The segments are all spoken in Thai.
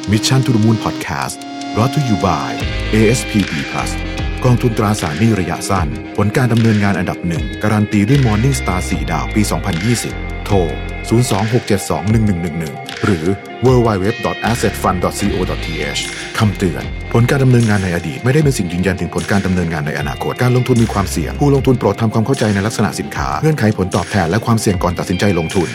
Mission to the Moon Podcast brought to you by ASPP Plus กองทุนตราสารหนี้ระยะสั้นผลการดำเนินงานอันดับหนึ่งการันตีด้วย Morningstar 4 ดาวปี 2020 โทร 026721111 หรือ www.assetfund.co.th คำเตือนผลการดำเนินงานในอดีตไม่ได้เป็นสิ่งยืนยันถึงผลการดำเนินงานในอนาคตการลงทุนมีความเสี่ยงผู้ลงทุนโปรดทำความเข้าใจในลักษณะสินค้าเงื่อนไขผลตอบแทนและความเสี่ยงก่อนตัดสินใจลงทุน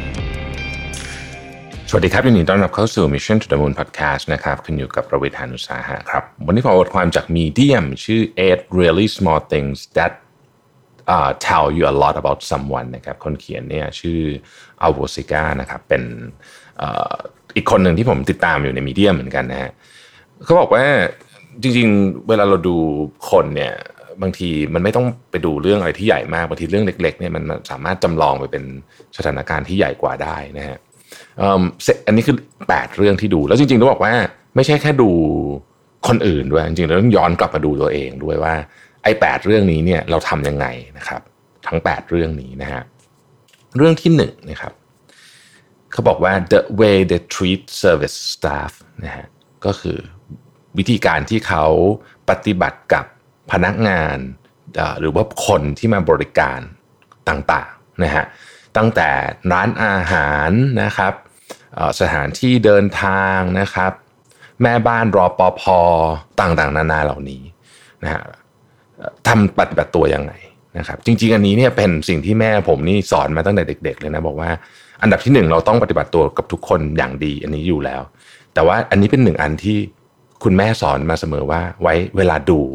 สวัสดีครับยินดีต้อนรับเข้าสู่ Mission to the Moon Podcast นะครับคุณอยู่กับประวิทย์ หาญอุตสาหะครับวันนี้ผมเอาบทความจาก Medium ชื่อ 8 Really Small Things That Tell You a Lot About Someone นะครับคนเขียนเนี่ยชื่ออัลโวซิก้านะครับเป็นอีกคนหนึ่งที่ผมติดตามอยู่ใน Medium เหมือนกันนะฮะเขาบอกว่าจริงๆเวลาเราดูคนเนี่ยบางทีมันไม่ต้องไปดูเรื่องอะไรที่ใหญ่มากบางทีเรื่องเล็กๆเนี่ยมันสามารถจำลองไปเป็นสถานการณ์ที่ใหญ่กว่าได้นะฮะอันนี้คือ8เรื่องที่ดูแล้วจริงๆต้องบอกว่าไม่ใช่แค่ดูคนอื่นด้วยจริงๆเราต้องย้อนกลับมาดูตัวเองด้วยว่าไอ้8เรื่องนี้เนี่ยเราทำยังไงนะครับทั้ง8เรื่องนี้นะฮะเรื่องที่1นะครับเขาบอกว่า the way they treat service staff นะฮะก็คือวิธีการที่เขาปฏิบัติกับพนักงานหรือว่าคนที่มาบริการต่างๆนะฮะตั้งแต่ร้านอาหารนะครับสถานที่เดินทางนะครับแม่บ้านรปภ.ต่างๆนานาเหล่านี้นะฮะทำปฏิบัติตัวยังไงนะครับจริงๆอันนี้เนี่ยเป็นสิ่งที่แม่ผมนี่สอนมาตั้งแต่เด็กๆเลยนะบอกว่าอันดับที่1เราต้องปฏิบัติตัวกับทุกคนอย่างดีอันนี้อยู่แล้วแต่ว่าอันนี้เป็น1อันที่คุณแม่สอนมาเสมอว่าไว้เวลาดู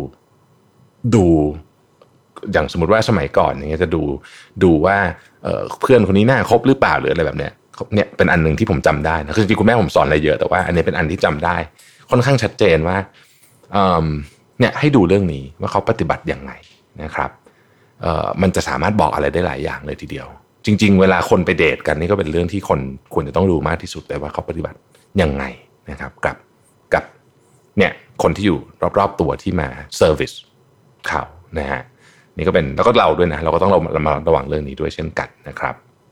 อย่างสมมติว่าสมัยก่อนอย่างเงี้ยจะดูว่าเพื่อนคนนี้น่าคบหรือเปล่าหรืออะไรแบบเนี้ยเนี่ยเป็นอันนึงที่ผมจำได้นะคือจริงๆคุณแม่ผมสอนอะไรเยอะแต่ว่าอันนี้เป็นอันที่จำได้ค่อนข้างชัดเจนว่าเนี่ยให้ดูเรื่องนี้ว่าเขาปฏิบัติยังไงนะครับมันจะสามารถบอกอะไรได้หลายอย่างเลยทีเดียวจริงๆเวลาคนไปเดทกันนี่ก็เป็นเรื่องที่คนควรจะต้องดูมากที่สุดเลยว่าเขาปฏิบัติยังไงนะครับกับเนี่ยคนที่อยู่รอบๆตัวที่มาเซอร์วิสเขานะฮะนี่ก็เป็นแล้วก็เราด้วยนะเราก็ต้องมาระวังเรื่องนี้ด้วยเช่นกันนะครับ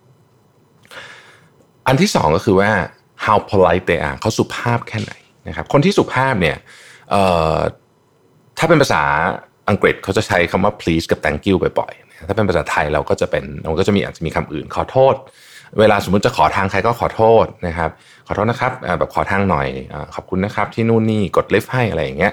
อันที่2ก็คือว่า how polite they are เขาสุภาพแค่ไหนนะครับคนที่สุภาพเนี่ยถ้าเป็นภาษาอังกฤษเขาจะใช้คำว่า please กับ thank you บ่อยๆถ้าเป็นภาษาไทยเราก็จะอาจจะมีคำอื่นขอโทษเวลาสมมุติจะขอทางใครก็ขอโทษนะครับขอโทษนะครับแบบขอทางหน่อยขอบคุณนะครับที่นู่นนี่กดลิฟต์ให้อะไรอย่างเงี้ย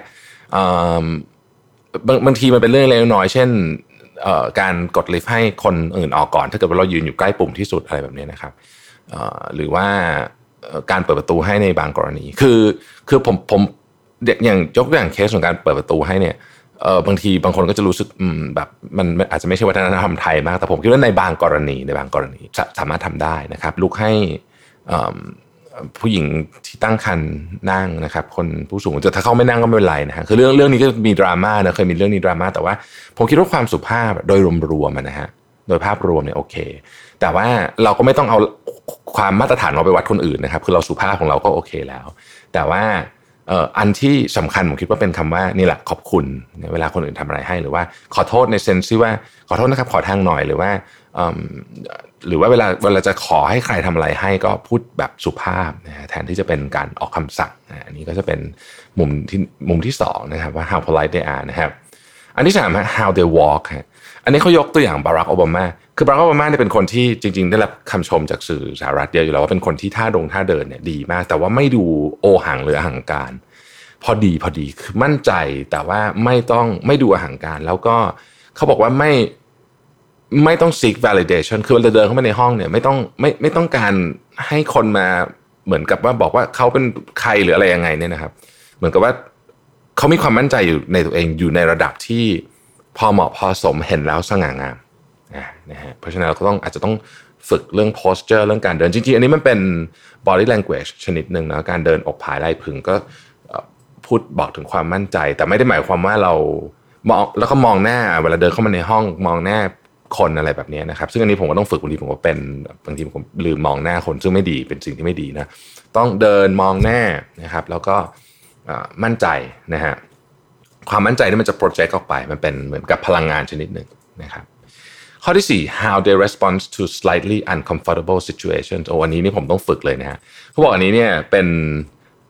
บางทีมันเป็นเรื่องเล็กน้อยเช่นการกดลิฟต์ให้คนอื่นออกก่อนถ้าเกิดว่าเรายืนอยู่ใกล้ปุ่มที่สุดอะไรแบบนี้นะครับหรือว่าการเปิดประตูให้ในบางกรณีคือผมอย่างยกตัวอย่างเคสของการเปิดประตูให้เนี่ยบางทีบางคนก็จะรู้สึกแบบมันอาจจะไม่ใช่วัฒนธรรมไทยมากแต่ผมคิดว่าในบางกรณีสามารถทำได้นะครับลุกให้ผู้หญิงที่ตั้งครรภ์นั่งนะครับคนผู้สูงแต่ถ้าเขาไม่นั่งก็ไม่เป็นไรนะฮะคือเรื่องนี้ก็มีดราม่านะเคยมีเรื่องนี้ดราม่าแต่ว่าผมคิดว่าความสุภาพโดยรวมๆนะฮะโดยภาพรวมเนี่ยโอเคแต่ว่าเราก็ไม่ต้องเอาความมาตรฐานเราไปวัดคนอื่นนะครับคือเราสุภาพของเราก็โอเคแล้วแต่ว่าอันที่สำคัญผมคิดว่าเป็นคำว่านี่แหละขอบคุณเวลาคนอื่นทำอะไรให้หรือว่าขอโทษในเซนส์ที่ว่าขอโทษนะครับขอทางหน่อยหรือว่าเวลาจะขอให้ใครทำอะไรให้ก็พูดแบบสุภาพนะแทนที่จะเป็นการออกคำสั่งอันนี้ก็จะเป็นมุมที่2นะครับว่า how polite they are นะครับอันที่3 how they walk อันนี้เขายกตัวอย่างบารักโอบามาคือบารักโอบามาเนี่ยเป็นคนที่จริงๆได้รับคำชมจากสื่อสหรัฐเยอะอยู่แล้วว่าเป็นคนที่ท่าเดินเนี่ยดีมากแต่ว่าไม่ดูโอหังหรืออหังการพอดีคือมั่นใจแต่ว่าไม่ดูอหังการแล้วก็เขาบอกว่าไม่ต้อง seek validation คือเวลาเดินเข้ามาในห้องเนี่ยไม่ต้องการให้คนมาเหมือนกับว่าบอกว่าเขาเป็นใครหรืออะไรยังไงเนี่ยนะครับเหมือนกับว่าเขามีความมั่นใจอยู่ในตัวเองอยู่ในระดับที่พอเหมาะพอสมเห็นแล้วสง่างามนะฮะเพราะฉะนั้นเราก็อาจจะต้องฝึกเรื่อง posture เรื่องการเดินจริงๆอันนี้มันเป็น body language ชนิดหนึ่งนะการเดินอกผายไหล่พึงก็พูดบอกถึงความมั่นใจแต่ไม่ได้หมายความว่าเรามองแล้วก็มองหน้าเวลาเดินเข้ามาในห้องมองหน้าคนอะไรแบบนี้นะครับซึ่งอันนี้ผมก็ต้องฝึกบางทีผมก็เป็นบางทีผมลืมมองหน้าคนซึ่งไม่ดีเป็นสิ่งที่ไม่ดีนะต้องเดินมองหน้านะครับแล้วก็มั่นใจนะฮะความมั่นใจนี่มันจะโปรเจกต์ออกไปมันเป็นเหมือนกับพลังงานชนิดหนึ่งนะครับข้อที่4 how they respond to slightly uncomfortable situations อันนี้นี่ผมต้องฝึกเลยนะฮะเขาบอกอันนี้เนี่ยเป็น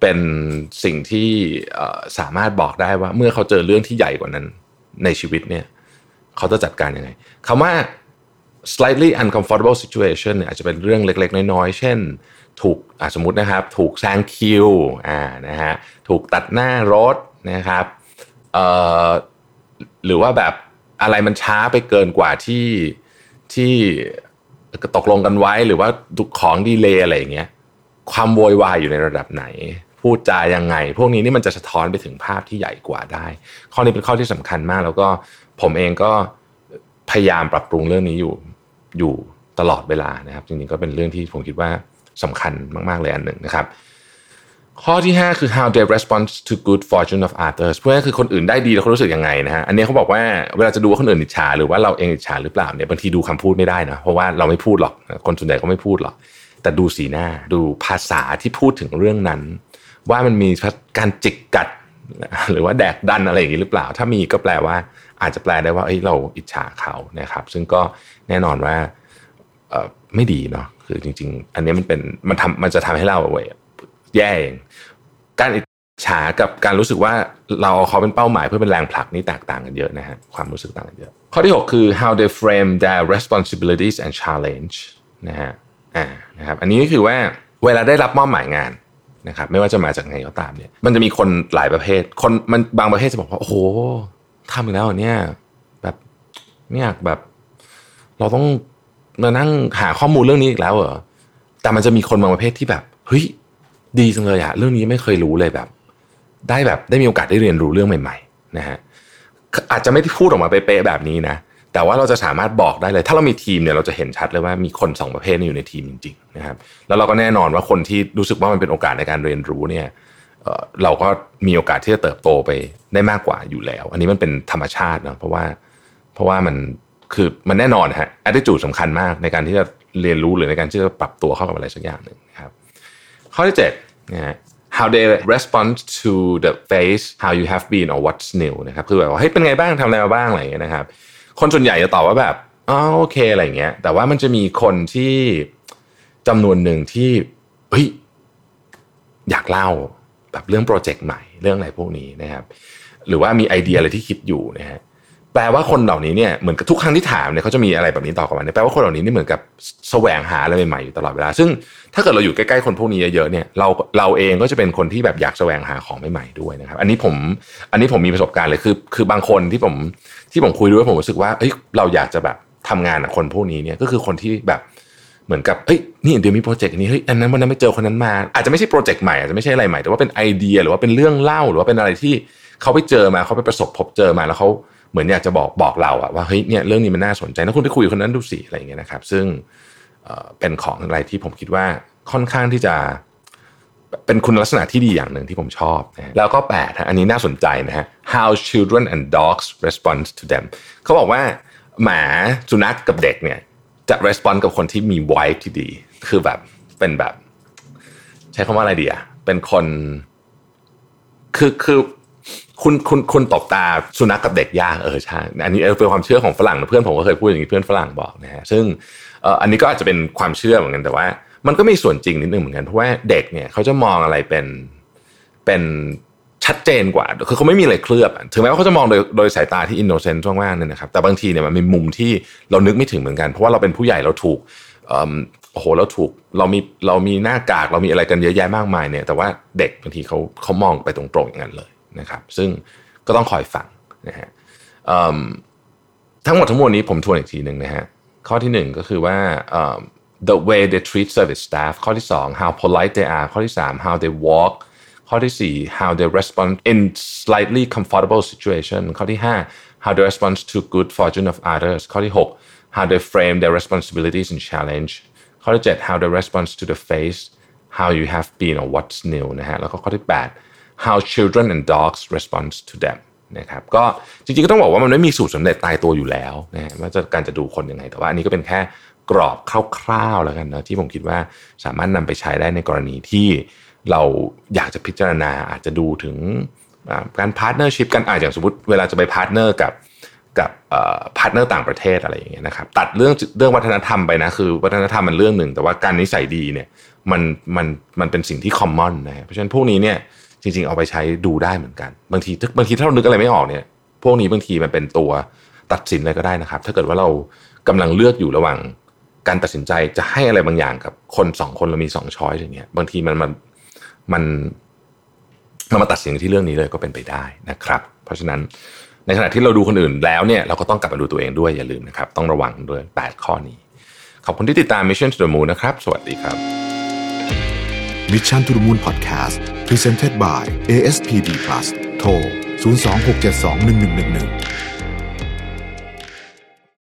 เป็นสิ่งที่สามารถบอกได้ว่าเมื่อเขาเจอเรื่องที่ใหญ่กว่านั้นในชีวิตเนี่ยเขาจะจัดการยังไงคำว่า slightly uncomfortable situation เนี่ยอาจจะเป็นเรื่องเล็กๆน้อยๆเช่นถูกสมมุตินะครับถูกแซงคิวนะฮะถูกตัดหน้ารถนะครับหรือว่าแบบอะไรมันช้าไปเกินกว่าที่ตกลงกันไว้หรือว่าของดีเลย์อะไรอย่างเงี้ยความโวยวายอยู่ในระดับไหนพูดจายังไงพวกนี้นี่มันจะสะท้อนไปถึงภาพที่ใหญ่กว่าได้ข้อนี้เป็นข้อที่สำคัญมากแล้วก็ผมเองก็พยายามปรับปรุงเรื่องนี้อยู่ตลอดเวลานะครับจริงๆก็เป็นเรื่องที่ผมคิดว่าสำคัญมากๆเลยอันหนึ่งนะครับข้อที่5คือ how they respond to good fortune of others เพื่อคือคนอื่นได้ดีแล้วเขารู้สึกยังไงนะฮะอันนี้เขาบอกว่าเวลาจะดูว่าคนอื่นอิจฉาหรือว่าเราเองอิจฉาหรือเปล่าเนี่ยบางทีดูคำพูดไม่ได้นะเพราะว่าเราไม่พูดหรอกคนส่วนใหญ่ก็ไม่พูดหรอกแต่ดูสีหน้าดูภาษาที่พูดถึงเรื่องนั้นว่ามันมีการจิกกัดหรือว่าแดกดันอะไรอย่างนี้หรือเปล่าถ้ามีก็แปลว่าอาจจะแปลได้ว่าเราอิจฉาเขานะครับซึ่งก็แน่นอนว่าไม่ดีเนาะคือจริงๆอันนี้มันจะทำให้เราแย่เองการอิจฉากับการรู้สึกว่าเราเอาเขาเป็นเป้าหมายเพื่อเป็นแรงผลักนี่แตกต่างกันเยอะนะฮะความรู้สึกต่างกันเยอะข้อที่6คือ how they frame their responsibilities and challenge นะครับอันนี้ก็คือว่าเวลาได้รับมอบหมายงานนะครับไม่ว่าจะมาจากไหนก็ตามเนี่ยมันจะมีคนหลายประเภทคนมันบางประเภทจะบอกว่าโอ้โหทำอีกแล้วเนี่ยแบบไม่อยากแบบเราต้องมานั่งหาข้อมูลเรื่องนี้อีกแล้วเหรอแต่มันจะมีคนบางประเภทที่แบบเฮ้ยดีจังเลยอะเรื่องนี้ไม่เคยรู้เลยแบบได้มีโอกาสได้เรียนรู้เรื่องใหม่ๆนะฮะอาจจะไม่ได้พูดออกมาเป๊ะๆแบบนี้นะแต่ว่าเราจะสามารถบอกได้เลยถ้าเรามีทีมเนี่ยเราจะเห็นชัดเลยว่ามีคน2ประเภทนี้อยู่ในทีมจริงๆนะครับแล้วเราก็แน่นอนว่าคนที่รู้สึกว่ามันเป็นโอกาสในการเรียนรู้เนี่ยเราก็มีโอกาสที่จะเติบโตไปได้มากกว่าอยู่แล้วอันนี้มันเป็นธรรมชาตินะเพราะว่ามันแน่นอนฮะ attitude สำคัญมากในการที่จะเรียนรู้หรือในการที่จะปรับตัวเข้ากับอะไรสักอย่างหนึ่งนะครับข้อที่7นะฮะ how they respond to the phase how you have been or what's new นะครับคือแบบว่าเฮ้ยเป็นไงบ้างทำอะไรมาบ้างอะไรอย่างเงี้ยนะครับคนส่วนใหญ่จะตอบว่าแบบโอเคอะไรอย่างเงี้ยแต่ว่ามันจะมีคนที่จำนวนหนึ่งที่เฮ้ยอยากเล่าแบบเรื่องโปรเจกต์ใหม่เรื่องอะไรพวกนี้นะครับหรือว่ามีไอเดียอะไรที่คิดอยู่นะฮะแปลว่าคนเหล่านี้เนี่ยเหมือนกับทุกครั้งที่ถามเนี่ยเขาจะมีอะไรแบบนี้ตอบกลับมาแปลว่าคนเหล่านี้นี่เหมือนกับแสวงหาอะไรใหม่ๆอยู่ตลอดเวลาซึ่งถ้าเกิดเราอยู่ใกล้ๆคนพวกนี้เยอะๆเนี่ยเราเองก็จะเป็นคนที่แบบอยากแสวงหาของใหม่ๆด้วยนะครับอันนี้ผมมีประสบการณ์เลยคือบางคนที่ผมคุยด้วยผมรู้สึกว่าเอ้ยเราอยากจะแบบทำงานกับคนพวกนี้เนี่ยก็คือคนที่แบบเหมือนกับเฮ้ยนี่เดี๋ยวมีโปรเจกต์นี้เฮ้ยอันนั้นวันนั้นไม่เจอคนนั้นมาอาจจะไม่ใช่โปรเจกต์ใหม่อาจจะไม่ใช่อะไรใหม่แต่ว่าเป็นไอเดียหรือว่าเป็นเรื่องเล่าหรือว่าเป็นอะไรที่เขาไปเจอมาเขาไปประสบพบเจอมาแล้วเขาเหมือนอยากจะบอกเราอะว่าเฮ้ยเนี่ยเรื่องนี้มันน่าสนใจนะคุณไปคุยกับคนนั้นดูสิอะไรอย่างเงี้ยนะครับซึ่งเป็นของอะไรที่ผมคิดว่าค่อนข้างที่จะเป็นคุณลักษณะที่ดีอย่างหนึ่งที่ผมชอบนะแล้วก็8อันนี้น่าสนใจนะฮะ how children and dogs respond to them เขาบอกว่าหมาสุนัขกับเด็กเนี่ยจะ respond กับคนที่มี vibe ที่ดีคือแบบเป็นแบบใช้คำว่าอะไรดีอะเป็นคนคือคุณตบตาสุนัขกับเด็กยากใช่อันนี้เป็นความเชื่อของฝรั่งเพื่อนผมก็เคยพูดอย่างนี้เพื่อนฝรั่งบอกนะฮะซึ่งอันนี้ก็อาจจะเป็นความเชื่อเหมือนกันแต่ว่ามันก็มีส่วนจริงนิดนึงเหมือนกันเพราะว่าเด็กเนี่ยเขาจะมองอะไรเป็นชัดเจนกว่าคือเขาไม่มีอะไรเคลือบถึงแม้ว่าเขาจะมองโดยสายตาที่อินโนเซนต์มากๆเนี่ยนะครับแต่บางทีเนี่ยมันมีมุมที่เรานึกไม่ถึงเหมือนกันเพราะว่าเราเป็นผู้ใหญ่เราถูกเรามีหน้ากากเรามีอะไรกันเยอะแยะมากมายเนี่ยแต่ว่าเด็กบางทีเขามองไปตรงๆอย่างนั้นเลยนะครับซึ่งก็ต้องคอยฟังนะฮะทั้งหมดทั้งมวลนี้ผมทวนอีกทีนึงนะฮะข้อที่1ก็คือว่าthe way they treat service staff ข้อที่2 how polite they are ข้อที่3 how they walk ข้อที่4 how they respond in slightly comfortable situation ข้อที่5 how they respond to good fortune of others ข้อที่6 how they frame their responsibilities and challenge ข้อที่7 how they respond to the face how you have been or what's new นะฮะแล้วก็ข้อที่8 how children and dogs respond to them นะครับก็จริงๆก็ต้องบอกว่ามันไม่มีสูตรสำเร็จตายตัวอยู่แล้วนะฮะว่าการจะดูคนยังไงแต่ว่าอันนี้ก็เป็นแค่กรอบคร่าวๆแล้วกันนะที่ผมคิดว่าสามารถนำไปใช้ได้ในกรณีที่เราอยากจะพิจารณาอาจจะดูถึงการพาร์ทเนอร์ชิพกันอย่างสมมติเวลาจะไปพาร์ทเนอร์กับพาร์ทเนอร์ต่างประเทศอะไรอย่างเงี้ยนะครับตัดเรื่องวัฒนธรรมไปนะคือวัฒนธรรมมันเรื่องหนึ่งแต่ว่าการนิสัยดีเนี่ยมันเป็นสิ่งที่ common นะเพราะฉะนั้นพวกนี้เนี่ยจริงๆเอาไปใช้ดูได้เหมือนกันบางทีถ้าเรานึกอะไรไม่ออกเนี่ยพวกนี้บางทีมันเป็นตัวตัดสินอะไรก็ได้นะครับถ้าเกิดว่าเรากำลังเลือกอยู่ระหว่างการตัดสินใจจะให้อะไรบางอย่างกับคน2คนเรามี2 ช้อยส์อย่างเงี้ยบางทีมันมาตัดสินที่เรื่องนี้เลยก็เป็นไปได้นะครับเพราะฉะนั้นในขณะที่เราดูคนอื่นแล้วเนี่ยเราก็ต้องกลับมาดูตัวเองด้วยอย่าลืมนะครับต้องระวังด้วย8ข้อนี้ขอบคุณที่ติดตาม Mission to the Moon นะครับสวัสดีครับ Mission to the Moon Podcast Presented by ASPD Plus โทร 026721111